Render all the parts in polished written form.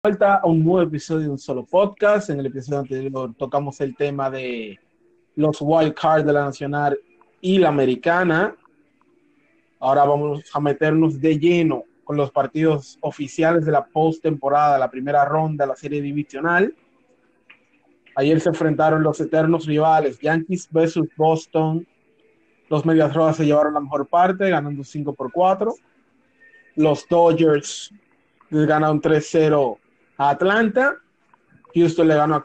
Vuelta a un nuevo episodio de Un Solo Podcast. En el episodio anterior tocamos el tema de los wild cards de la Nacional y la Americana. Ahora vamos a meternos de lleno con los partidos oficiales de la postemporada, la primera ronda de la serie divisional. Ayer se enfrentaron los eternos rivales Yankees versus Boston. Los Medias Rojas se llevaron la mejor parte, ganando 5-4. Los Dodgers ganaron 3-0 a Atlanta. Houston le ganó a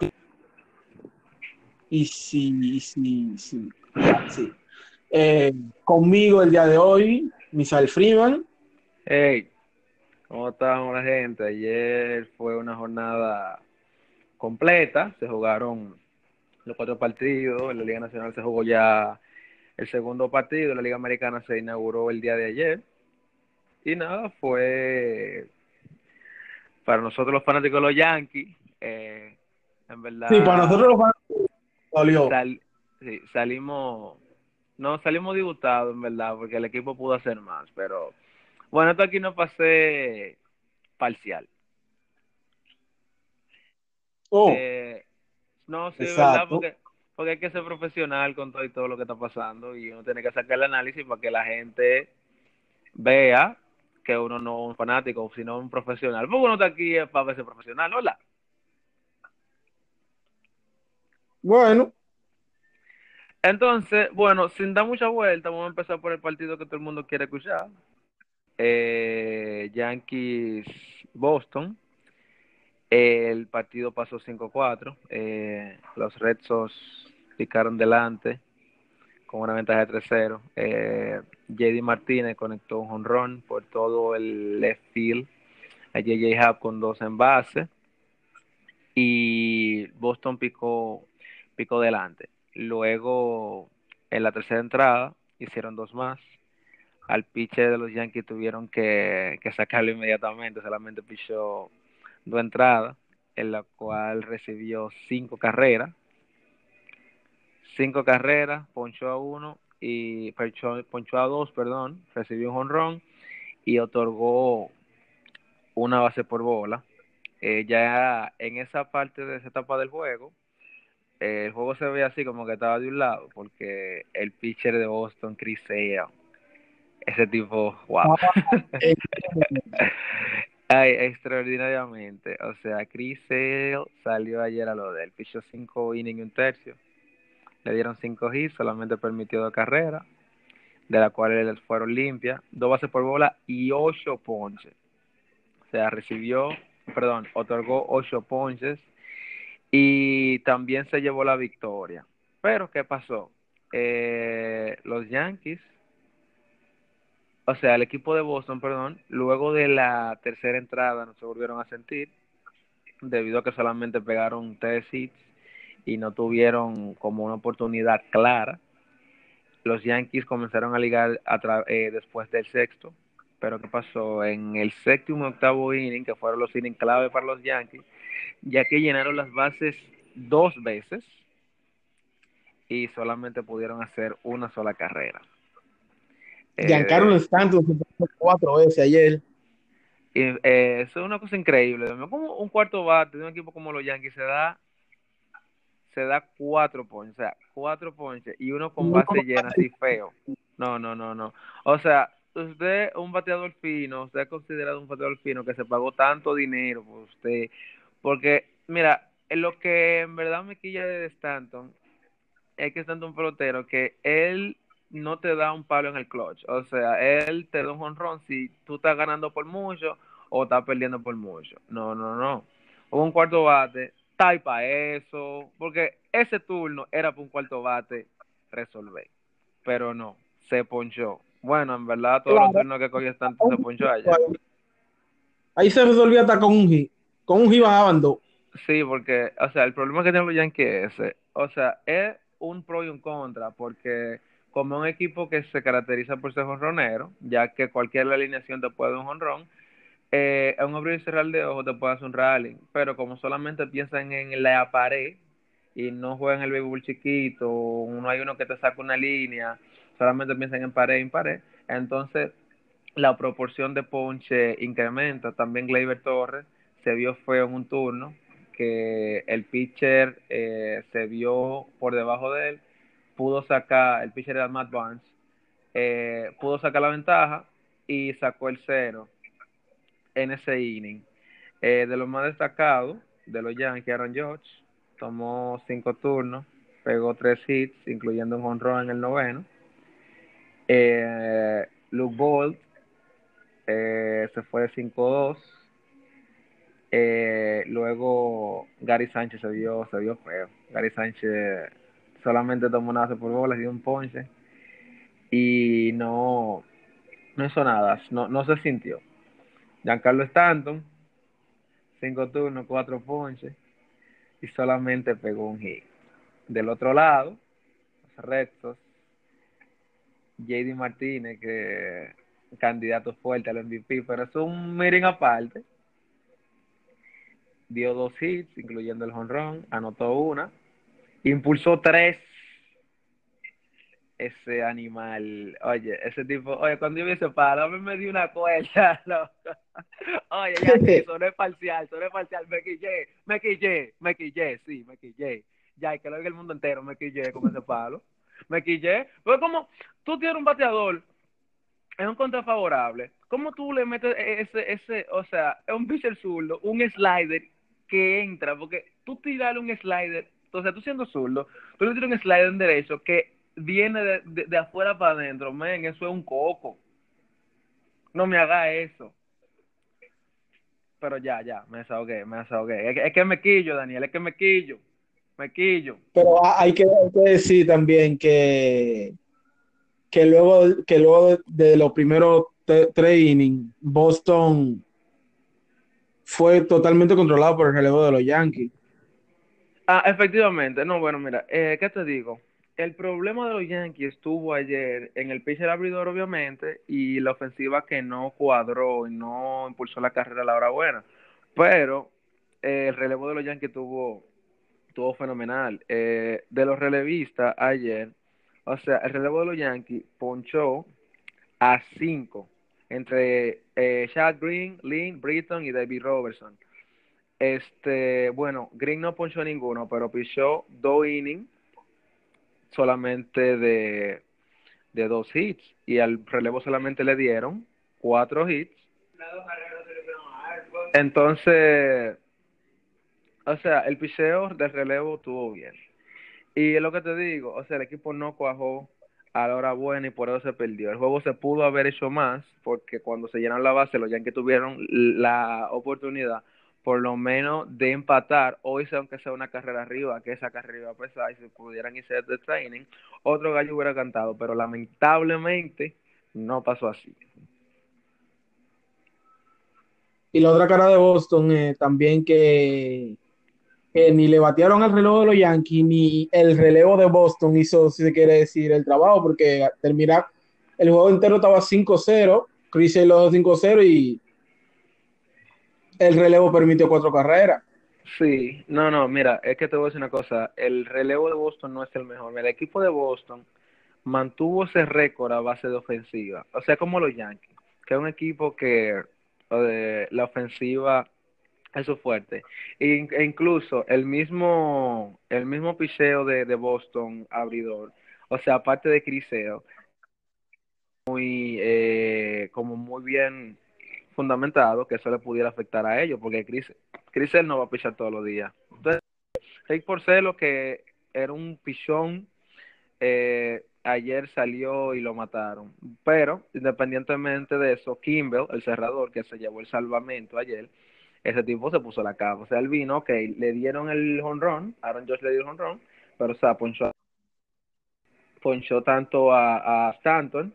sí. Conmigo el día de hoy, Misael Freeman. Hey, ¿cómo estamos la gente? Ayer fue una jornada completa, se jugaron los 4 partidos, en la Liga Nacional se jugó ya el segundo partido, la Liga Americana se inauguró el día de ayer y nada, fue para nosotros los fanáticos de los Yankees, en Sí, para nosotros verdad los fans dolió. sal, sí, salimos disgustados en verdad, porque el equipo pudo hacer más, pero bueno, esto aquí no pasé parcial. Oh, Eh, No, sí, es verdad, exacto. porque hay que ser profesional con todo y todo lo que está pasando y uno tiene que sacar el análisis para que la gente vea que uno no es un fanático, sino un profesional. Porque uno está aquí para verse profesional, ¿hola? Bueno, Entonces, bueno, sin dar mucha vuelta, vamos a empezar por el partido que todo el mundo quiere escuchar. Yankees Boston. El partido pasó 5-4. Los Red Sox picaron delante con una ventaja de 3-0. JD Martínez conectó un jonrón por todo el left field. A JJ Happ con 2 en base. Y Boston picó delante. Luego, en la tercera entrada, hicieron 2 más. Al pitcher de los Yankees tuvieron que sacarlo inmediatamente. Solamente pichó 2 entradas, en la cual recibió 5 carreras. 5 carreras, ponchó a uno y ponchó a dos, perdón, recibió un jonrón y otorgó una base por bola. Ya en esa parte de esa etapa del juego, el juego se veía así como que estaba de un lado, porque el pitcher de Boston, Chris Sale, ese tipo, wow. eh, Ay, extraordinariamente. O sea, Chris Sale salió ayer a lo de él, pichó 5 innings y un tercio, le dieron 5 hits, solamente permitió 2 carreras, de las cuales fueron limpias, 2 bases por bola y 8 ponches. O sea, otorgó 8 ponches y también se llevó la victoria. Pero, ¿qué pasó? Los Yankees, o sea, el equipo de Boston, perdón, luego de la tercera entrada no se volvieron a sentir, debido a que solamente pegaron 3 hits y no tuvieron como una oportunidad clara. Los Yankees comenzaron a ligar después del sexto, pero ¿qué pasó? En el séptimo y octavo inning, que fueron los innings clave para los Yankees, ya que llenaron las bases 2 veces y solamente pudieron hacer una sola carrera. Giancarlo Eh, Stanton se pasó 4 veces ayer. Eso es una cosa increíble. Como un cuarto bate de un equipo como los Yankees se da 4 ponches, o sea, 4 ponches y uno con No, base llena así feo. No, no, no, no. O sea, usted, un bateador fino, usted ha considerado un bateador fino que se pagó tanto dinero por usted, porque, mira, lo que en verdad me quilla de Stanton es que Stanton un pelotero que él no te da un palo en el clutch, o sea, él te da un jonrón si tú estás ganando por mucho o estás perdiendo por mucho. No, no, no. Un cuarto bate, está ahí para eso, porque ese turno era para un cuarto bate resolver, pero no, se ponchó. Bueno, en verdad todos los claro. turnos que cogió tanto se ponchó ayer. Ahí se resolvió hasta con un hit. Con un hit bajaban dos. Sí, porque, o sea, el problema que tienen los Yankees es ese. O sea, es un pro y un contra, porque como un equipo que se caracteriza por ser jonronero, ya que cualquier alineación te puede dar un jonrón, en un abrir y cerrar de ojos te puede hacer un rally, pero como solamente piensan en la pared y no juegan el béisbol chiquito, no hay uno que te saca una línea, solamente piensan en pared, entonces la proporción de ponche incrementa. También Gleyber Torres se vio feo en un turno, que el pitcher se vio por debajo de él, pudo sacar, el pitcher era Matt Barnes, pudo sacar la ventaja y sacó el cero en ese inning. De los más destacados de los Yankees, Aaron Judge, tomó 5 turnos, pegó 3 hits, incluyendo un jonrón en el noveno. Luke Bolt se fue de 5-2. Luego Gary Sánchez se vio feo. Gary Sánchez solamente tomó una base por bola, dio un ponche y no hizo nada, no se sintió. Giancarlo Stanton, 5 turnos, 4 ponches y solamente pegó un hit. Del otro lado, los Red Sox, JD Martínez, que candidato fuerte al MVP, pero es un miren aparte. Dio 2 hits, incluyendo el jonrón, anotó una, impulsó 3. Ese animal, oye, ese tipo, oye, cuando yo vi ese palo, a mí me dio una cuerda, loco. Oye, ya aquí, sonó parcial, me quillé, sí, me quillé. Ya, y que lo oiga el mundo entero, me quillé con ese palo. Me quillé. Pues como tú tienes un bateador en un contra favorable, ¿cómo tú le metes o sea, es un pitcher zurdo, un slider que entra? Porque tú tirarle un slider, o sea, tú siendo zurdo, tú le tiras un slider en derecho que viene de afuera para adentro, men, eso es un coco. No me haga eso. Pero ya, me desahogué. Es que me quillo, Daniel, es que me quillo. Me quillo. Pero hay que decir también que luego de los primeros 3 innings, Boston fue totalmente controlado por el relevo de los Yankees. Ah, efectivamente. No, bueno, mira, ¿qué te digo? El problema de los Yankees estuvo ayer en el pitcher abridor, obviamente, y la ofensiva que no cuadró y no impulsó la carrera a la hora buena. Pero el relevo de los Yankees tuvo fenomenal. De los relevistas ayer, o sea, el relevo de los Yankees ponchó a 5 entre Chad Green, Lynn, Britton y David Robertson. Bueno, Green no ponchó ninguno, pero pichó 2 innings solamente de 2 hits y al relevo solamente le dieron 4 hits. Entonces, o sea, el picheo del relevo estuvo bien. Y es lo que te digo, o sea, el equipo no cuajó a la hora buena y por eso se perdió. El juego se pudo haber hecho más porque cuando se llenaron la base, los Yankees tuvieron la oportunidad por lo menos de empatar o irse aunque sea una carrera arriba, que esa carrera iba a pesar y se pudieran irse de training, otro gallo hubiera cantado, pero lamentablemente no pasó así. Y la otra cara de Boston también que ni le batearon al reloj de los Yankees, ni el relevo de Boston hizo, si se quiere decir, el trabajo, porque terminar el juego entero estaba 5-0, Chris Sale lo dejó 5-0 y el relevo permitió 4 carreras. Sí, no, mira, es que te voy a decir una cosa, el relevo de Boston no es el mejor. El equipo de Boston mantuvo ese récord a base de ofensiva, o sea, como los Yankees, que es un equipo que la ofensiva es su fuerte. E incluso el mismo picheo de Boston abridor, o sea, aparte de Criseo, como muy bien fundamentado, que eso le pudiera afectar a ellos, porque Crisel no va a pichar todos los días. Entonces, Rick Porcelo, que era un pichón, ayer salió y lo mataron. Pero, independientemente de eso, Kimball, el cerrador que se llevó el salvamento ayer, ese tipo se puso la capa. O sea, él vino, ok, le dieron el jonrón, Aaron Josh le dio el jonrón, pero o sea, ponchó tanto a Stanton,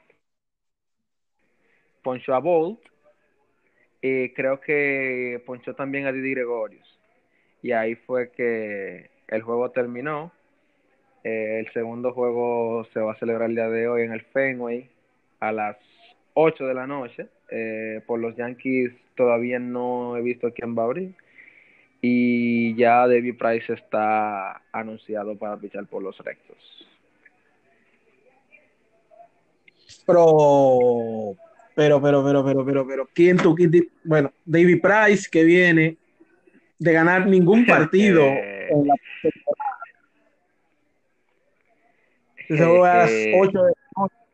ponchó a Bolt, y creo que ponchó también a Didi Gregorius. Y ahí fue que el juego terminó. El segundo juego se va a celebrar el día de hoy en el Fenway a las 8 de la noche. Por los Yankees todavía no he visto quién va a abrir. Y ya David Price está anunciado para pichar por los Rectos. Pero ¿quién tú? Bueno, David Price, que viene de ganar ningún partido en la temporada. Se juega a las 8 de la noche.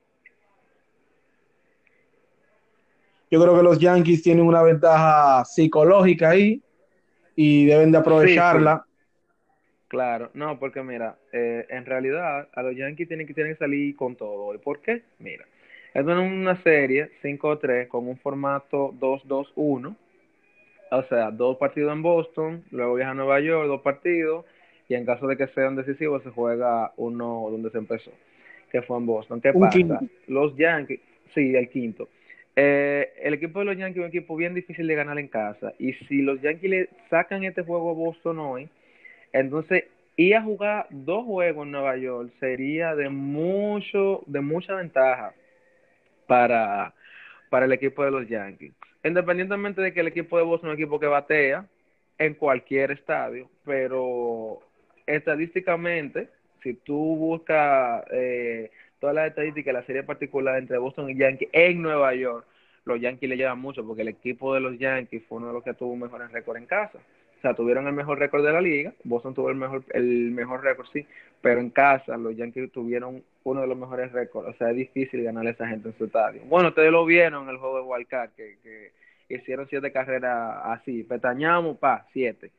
Yo creo que los Yankees tienen una ventaja psicológica ahí y deben de Sí, sí, aprovecharla. claro. No, porque mira, en realidad a los Yankees tienen que salir con todo. ¿Y por qué? Mira, es una serie 5-3 con un formato 2-2-1. O sea, dos partidos en Boston, luego viaja a Nueva York, dos partidos, y en caso de que sean decisivos se juega uno donde se empezó, que fue en Boston. ¿Qué Un pasa? quinto. Los Yankees, sí, el quinto. El equipo de los Yankees es un equipo bien difícil de ganar en casa, y si los Yankees le sacan este juego a Boston hoy, entonces ir a jugar dos juegos en Nueva York sería de mucha ventaja para, para el equipo de los Yankees. Independientemente de que el equipo de Boston es un equipo que batea en cualquier estadio, pero estadísticamente, si tú buscas todas las estadísticas, la serie particular entre Boston y Yankees en Nueva York, los Yankees le llevan mucho porque el equipo de los Yankees fue uno de los que tuvo mejores récord en casa. O sea, tuvieron el mejor récord de la liga, Boston tuvo el mejor récord, sí, pero en casa los Yankees tuvieron uno de los mejores récords. O sea, es difícil ganarle a esa gente en su estadio. Bueno, ustedes lo vieron en el juego de Wildcard, que hicieron 7 carreras así, petañamos, 7.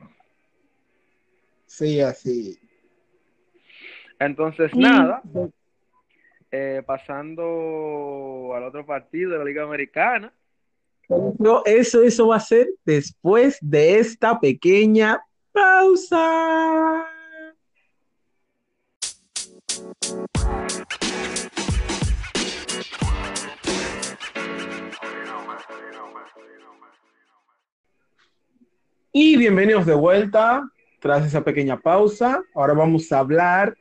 Sí, así. Entonces, Y nada, pasando al otro partido de la Liga Americana. eso va a ser después de esta pequeña pausa. Y bienvenidos de vuelta tras esa pequeña pausa. Ahora vamos a hablar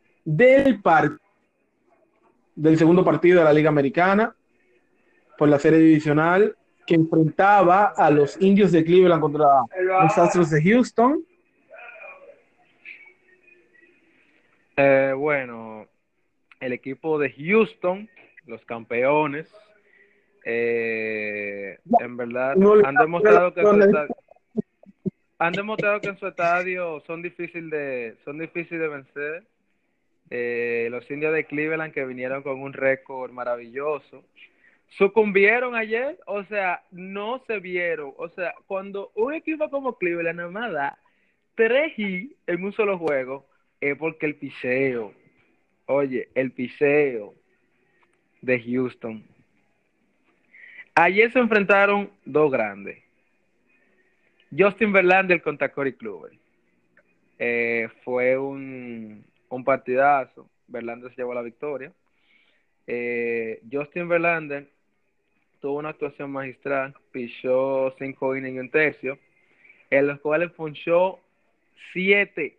del segundo partido de la Liga Americana por la serie divisional que enfrentaba a los Indios de Cleveland contra los Astros de Houston. Bueno, el equipo de Houston, los campeones, en verdad No le han demostrado que en su estadio son difíciles de vencer. Los Indios de Cleveland, que vinieron con un récord maravilloso, sucumbieron ayer. O sea, no se vieron. O sea, cuando un equipo como Cleveland nada más da 3 hits en un solo juego, es porque el piseo, oye, el piseo de Houston. Ayer se enfrentaron dos grandes, Justin Verlander contra Corey Kluber. Fue un partidazo. Verlander se llevó la victoria. Justin Verlander tuvo una actuación magistral, pichó 5 innings y un tercio, en los cuales ponchó 7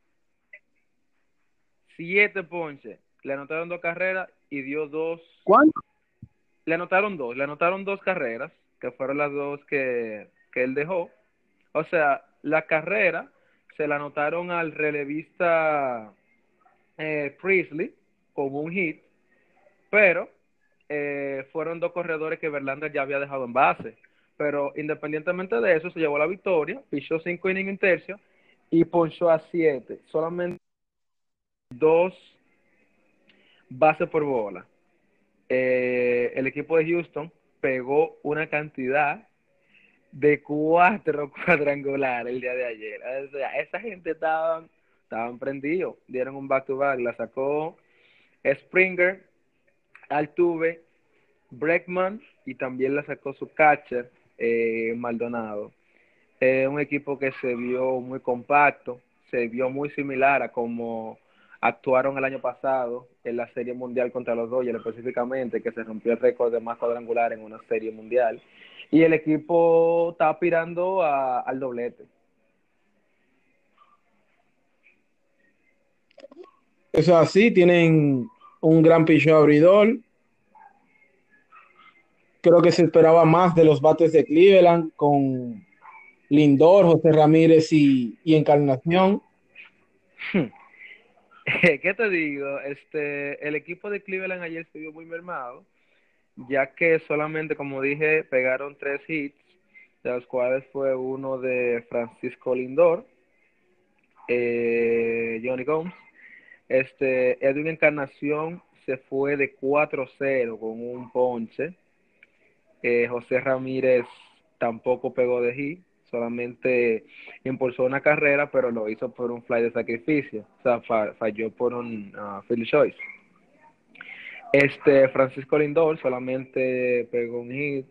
ponches. Le anotaron 2 carreras y dio 2. ¿Cuánto? Le anotaron 2 carreras, que fueron las dos que él dejó. O sea, la carrera se la anotaron al relevista Priestley con un hit, pero fueron 2 corredores que Verlander ya había dejado en base. Pero independientemente de eso, se llevó la victoria, pichó 5 innings y un tercio y ponchó a 7. Solamente 2 bases por bola. El equipo de Houston pegó una cantidad de 4 cuadrangulares el día de ayer. O sea, esa gente estaban prendidos, dieron un back-to-back, la sacó Springer, Altuve, Bregman y también la sacó su catcher, Maldonado. Un equipo que se vio muy compacto, se vio muy similar a como actuaron el año pasado en la Serie Mundial contra los Dodgers, específicamente, que se rompió el récord de más cuadrangular en una Serie Mundial. Y el equipo está aspirando al doblete. Eso así, tienen un gran picheo abridor. Creo que se esperaba más de los bates de Cleveland con Lindor, José Ramírez y Encarnación. ¿Qué te digo? El equipo de Cleveland ayer se vio muy mermado. ya que solamente, como dije, pegaron 3 hits, de los cuales fue uno de Francisco Lindor, Johnny Gomes. Edwin Encarnación se fue de 4-0 con un ponche. José Ramírez tampoco pegó de hit, solamente impulsó una carrera, pero lo hizo por un fly de sacrificio, o sea, falló por un field choice. Francisco Lindor solamente pegó un hit,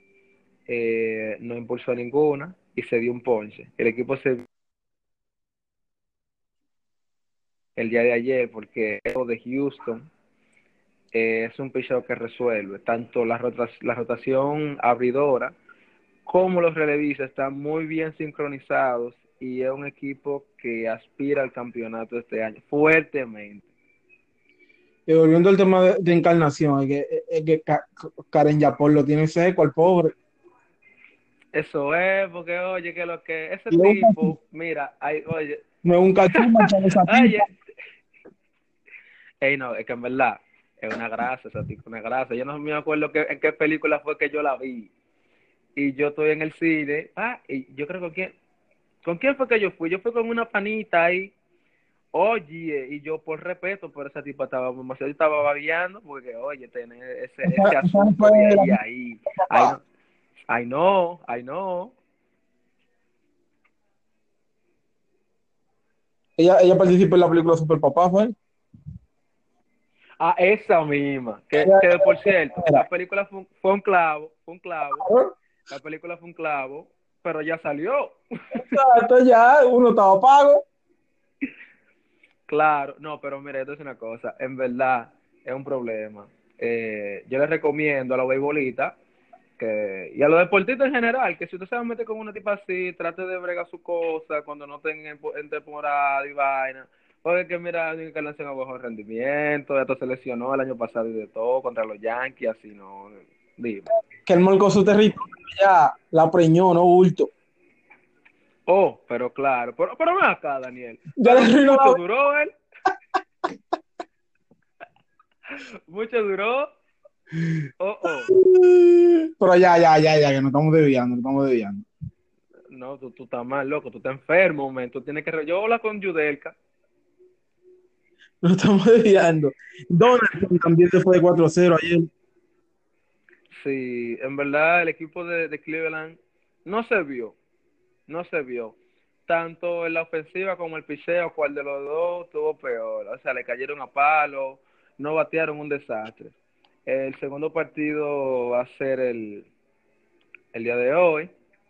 no impulsó ninguna y se dio un ponche. El equipo se el día de ayer porque el de Houston es un picheo que resuelve tanto la rotación abridora como los relevistas están muy bien sincronizados y es un equipo que aspira al campeonato este año fuertemente. Y volviendo al tema de Encarnación, es que Karen Yapol lo tiene seco al pobre. Eso es, porque oye, que lo que ese Y es un tipo, mira, oye, no es un cachú manchado esa tipa. oye, no, es que en verdad es una grasa, esa tipo, una grasa. Yo no me acuerdo en qué película fue que yo la vi. Y yo estoy en el cine, y yo creo ¿con quién fue que yo fui? Yo fui con una panita ahí. Oye, y yo por respeto, por esa tipa estaba demasiado, estaba babeando, porque oye, tener ese Esa asunto fue de la ahí, ay papá. no, ay no, ay no. Ella participó en la película Super Papá, fue. Esa misma, Ella que por cierto, era. la película fue un clavo, la película fue un clavo, pero ya salió. Exacto, ya uno estaba pago. Claro, no, pero mira, esto es una cosa, en verdad es un problema. Yo les recomiendo a los beisbolistas y a los deportistas en general, que si usted se va a meter con una tipa así, trate de bregar su cosa cuando no estén en temporada y vaina. Porque que mira, que le hacen a bajo rendimiento, esto se lesionó el año pasado y de todo contra los Yankees, así no. Dime. Que el molcó su territorio, ya la preñó, no bulto. Oh, pero claro, pero ven acá, Daniel. Ya le Pero arruinó la mucho vida. duró él, mucho duró. Oh, oh. Pero ya, que nos estamos desviando, nos estamos desviando. No, tú estás mal, loco, tú estás enfermo, man. Tú tienes que. Yo hablo con Yudelka. Nos estamos desviando. Donaldson también se fue de 4-0 ayer. Sí, en verdad el equipo de Cleveland no se vio, no se vio. Tanto en la ofensiva como el picheo, cual de los dos tuvo peor. O sea, le cayeron a palo, no batearon, un desastre. El segundo partido va a ser el día de hoy.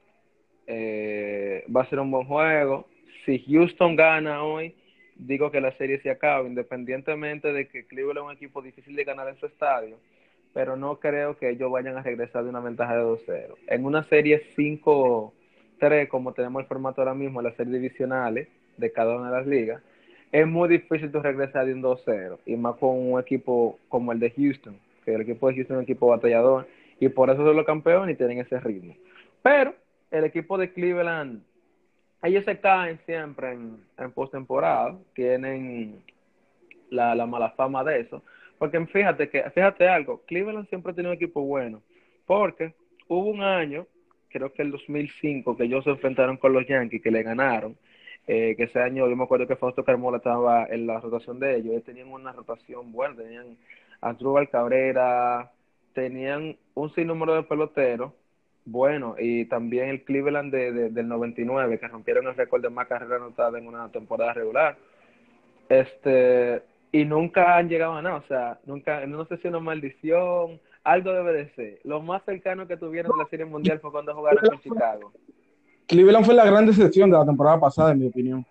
Va a ser un buen juego. Si Houston gana hoy, digo que la serie se acaba, independientemente de que Cleveland es un equipo difícil de ganar en su estadio, pero no creo que ellos vayan a regresar de una ventaja de 2-0. En una serie 5-3, como tenemos el formato ahora mismo, las series divisionales de cada una de las ligas, es muy difícil tu regresar de un 2-0, y más con un equipo como el de Houston, que el equipo de Houston es un equipo batallador, y por eso son los campeones y tienen ese ritmo. Pero el equipo de Cleveland, ellos se caen siempre en postemporada, tienen la mala fama de eso, porque fíjate algo, Cleveland siempre ha tenido un equipo bueno, porque hubo un año, creo que el 2005, que ellos se enfrentaron con los Yankees, que le ganaron, que ese año yo me acuerdo que Fausto Carmola estaba en la rotación de ellos tenían una rotación buena, tenían a Drubal Cabrera, tenían un sinnúmero de peloteros, bueno, y también el Cleveland del 99, que rompieron el récord de más carreras anotadas en una temporada regular. Y nunca han llegado a nada, o sea, nunca, no sé si una maldición, algo debe de ser. Lo más cercano que tuvieron de la Serie Mundial fue cuando jugaron con Chicago. Cleveland fue la gran decepción de la temporada pasada, en mi opinión.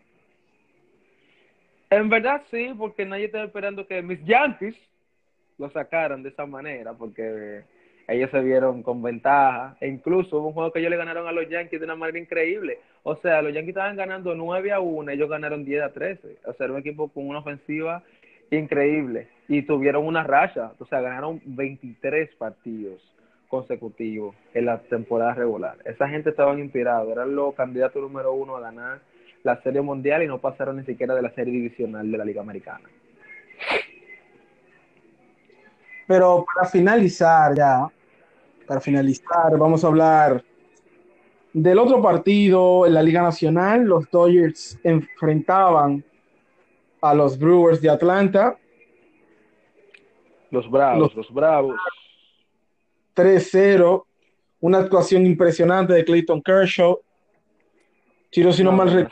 En verdad sí, porque nadie estaba esperando que mis Yankees lo sacaran de esa manera, porque ellos se vieron con ventaja, e incluso hubo un juego que ellos le ganaron a los Yankees de una manera increíble. O sea, los Yankees estaban ganando 9-1, ellos ganaron 10-13. O sea, era un equipo con una ofensiva increíble y tuvieron una racha, o sea, ganaron 23 partidos consecutivos en la temporada regular. Esa gente estaba inspirada, eran los candidatos número 1 a ganar la Serie Mundial y no pasaron ni siquiera de la Serie Divisional de la Liga Americana. Pero para finalizar, vamos a hablar del otro partido en la Liga Nacional. Los Dodgers enfrentaban a los Brewers de Atlanta. Los Los Bravos, los Bravos. 3-0, una actuación impresionante de Clayton Kershaw. Tiro, si no No, mal no, no, recuerdo,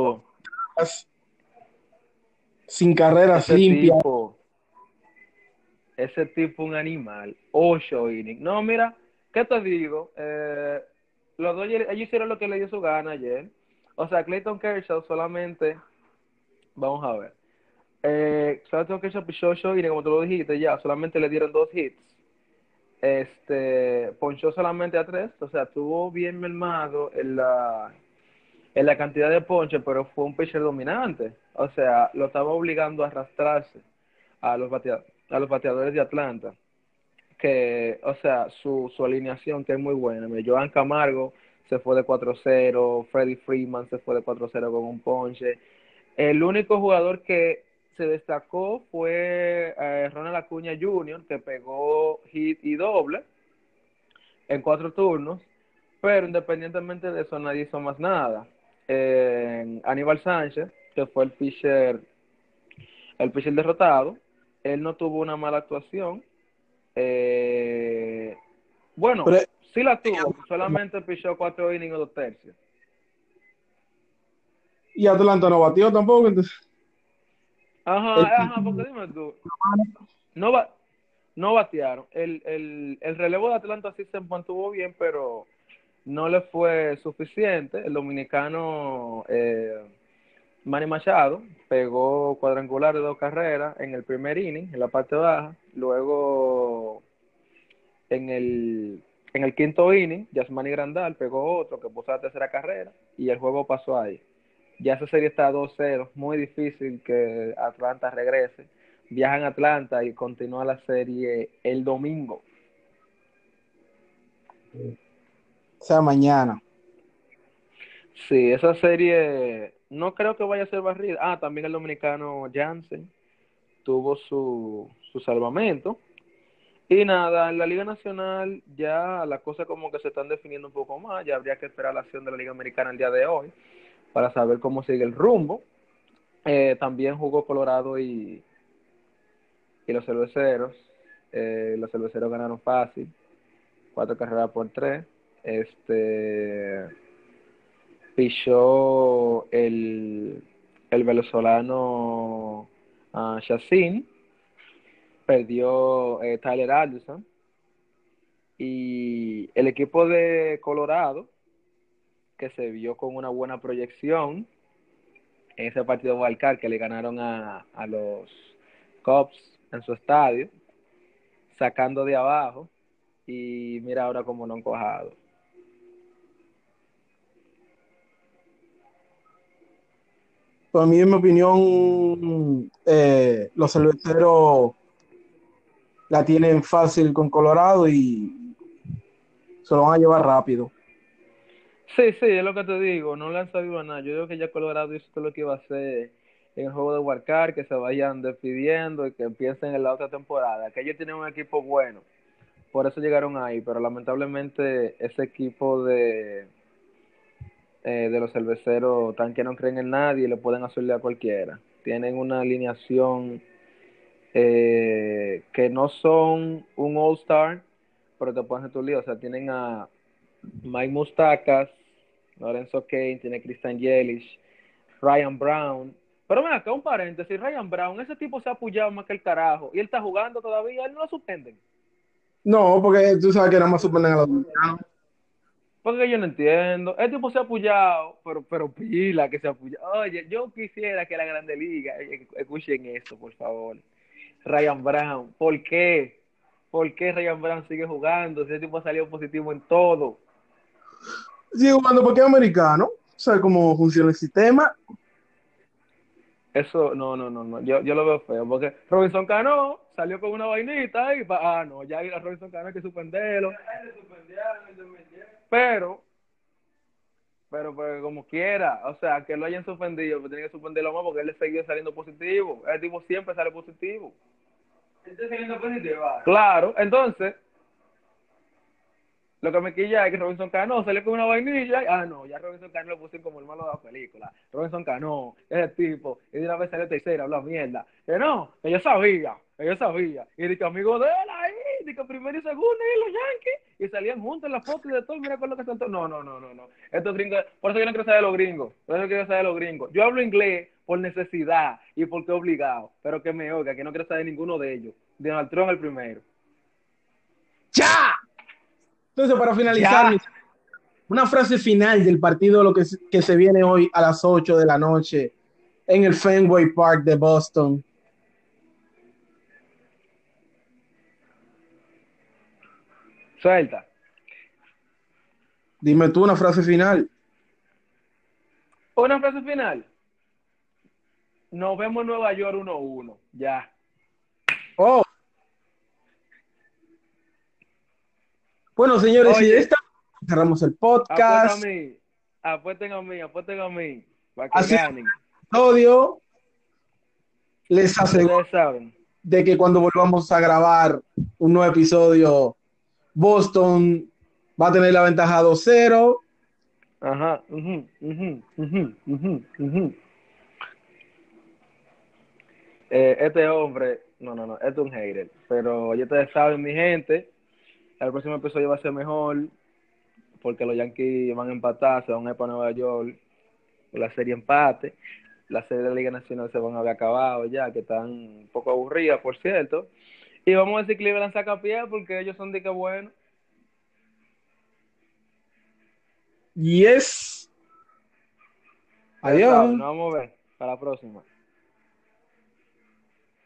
sin carreras ese limpias. tipo, ese tipo un animal. 8 innings. No, mira, ¿qué te digo? Los Dodgers, ellos hicieron lo que le dio su gana ayer. O sea, Clayton Kershaw solamente, vamos a ver. Clayton Kershaw pichó 8 innings, como tú lo dijiste ya, solamente le dieron 2 hits. Ponchó solamente a 3, o sea, estuvo bien mermado en la cantidad de ponches, pero fue un pitcher dominante. O sea, lo estaba obligando a arrastrarse a los bateadores de Atlanta. Que, o sea, su alineación que es muy buena. Joan Camargo se fue de 4-0, Freddie Freeman se fue de 4-0 con un ponche. El único jugador que se destacó fue Ronald Acuña Jr., que pegó hit y doble en 4 turnos, pero independientemente de eso nadie hizo más nada. Aníbal Sánchez, que fue el pitcher derrotado, él no tuvo una mala actuación. Eh, bueno, Pero, sí la tuvo, solamente pichó 4 innings y 2 tercios. y Atlanta no batió tampoco. Entonces, el, Ajá, ajá, porque dime tú, no, no batearon. El relevo de Atlanta sí se mantuvo bien, pero no le fue suficiente. El dominicano Manny Machado pegó cuadrangular de 2 carreras en el primer inning, en la parte baja. Luego, en el quinto inning, Yasmani Grandal pegó otro que puso la tercera carrera y el juego pasó ahí. Ya esa serie está 2-0, muy difícil que Atlanta regrese. Viajan a Atlanta y continúa la serie el domingo. o sea, mañana. Sí, esa serie no creo que vaya a ser barrida. Ah, también el dominicano Jansen tuvo su salvamento. Y nada, en la Liga Nacional ya las cosas como que se están definiendo un poco más. Ya habría que esperar la acción de la Liga Americana el día de hoy para saber cómo sigue el rumbo. También jugó Colorado y los cerveceros. Los cerveceros ganaron fácil, 4 carreras por 3. Este Pichó el venezolano Chacín, perdió Tyler Anderson. Y el equipo de Colorado, que se vio con una buena proyección en ese partido wildcard que le ganaron a los Cubs en su estadio, sacando de abajo, y mira ahora cómo no han cojado. Para mí, en mi opinión, los cerveceros la tienen fácil con Colorado y se lo van a llevar rápido. Sí, sí, es lo que te digo, no le han sabido a nada. Yo digo que ya Colorado hizo todo lo que iba a hacer en el juego de wildcard, que se vayan despidiendo y que empiecen en la otra temporada, que ellos tienen un equipo bueno, por eso llegaron ahí, pero lamentablemente ese equipo de los cerveceros tan que no creen en nadie y le pueden hacerle a cualquiera. Tienen una alineación que no son un All-Star, pero te pueden hacer tu lío. O sea, tienen a Mike Moustakas, Lorenzo Kane, tiene Christian Yelich, Ryan Brown. Pero ven acá, un paréntesis, Ryan Brown, ese tipo se ha apoyado más que el carajo y él está jugando todavía, él no lo suspenden. No, porque tú sabes que nada más suponen a los dominicanos. Porque yo no entiendo. El tipo se ha apoyado, pero pila que se ha apoyado. Oye, yo quisiera que la Grande Liga, escuchen esto, por favor. Ryan Brown, ¿por qué? ¿Por qué Ryan Brown sigue jugando? Ese tipo ha salido positivo en todo. Sigue jugando porque es americano, sabe cómo funciona el sistema. Eso, no, no, no, no. Yo lo veo feo. Porque Robinson Cano salió con una vainita y, no, ya a Robinson Cano hay que suspenderlo. Pero, pero como quiera, o sea, que lo hayan suspendido, pues tienen que suspenderlo más porque él le seguía saliendo positivo. El tipo siempre sale positivo. Estoy saliendo positiva. Claro, entonces, lo que me quilla es que Robinson Cano salió con una vainilla. No, ya Robinson Cano lo puse como el malo de la película. Robinson Cano, ese tipo, y de una vez salió tercera, habló mierda. Que no, que yo sabía, que yo sabía. Y de que amigo de él ahí, de que primero y segundo, y los Yankees, y salían juntos en la foto y de todo, mira con lo que están todos. No, no, no, no, no. Estos gringos, por eso yo no quiero saber de los gringos. Por eso quiero saber de los gringos. Yo hablo inglés por necesidad y porque obligado, pero que me oiga, que no quiero saber de ninguno de ellos. De Donald Trump el primero. ¡Ya! Entonces, para finalizar, ¡Ya! una frase final del partido que se viene hoy a las 8 de la noche en el Fenway Park de Boston. Suelta. Dime tú una frase final. Una frase final. Nos vemos en Nueva York 1-1. Ya. Oh. Bueno, señores, y de Oye, esta cerramos el apuesta a podcast. mí. Apuesten a mí. Para que Así es, ganen. episodio. Les aseguro Ustedes saben. de que cuando volvamos a grabar un nuevo episodio, Boston va a tener la ventaja 2-0. Ajá. Este hombre, no, este es un hater. Pero ya ustedes saben, mi gente, el próximo episodio va a ser mejor. Porque los Yankees van a empatar, se van a ir para Nueva York. La serie empate. La serie de la Liga Nacional se van a haber acabado ya, que están un poco aburridas, por cierto. Y vamos a decir que Cleveland saca pie porque ellos son de que bueno. Yes. Ya saben, Adiós. nos vamos a ver para la próxima.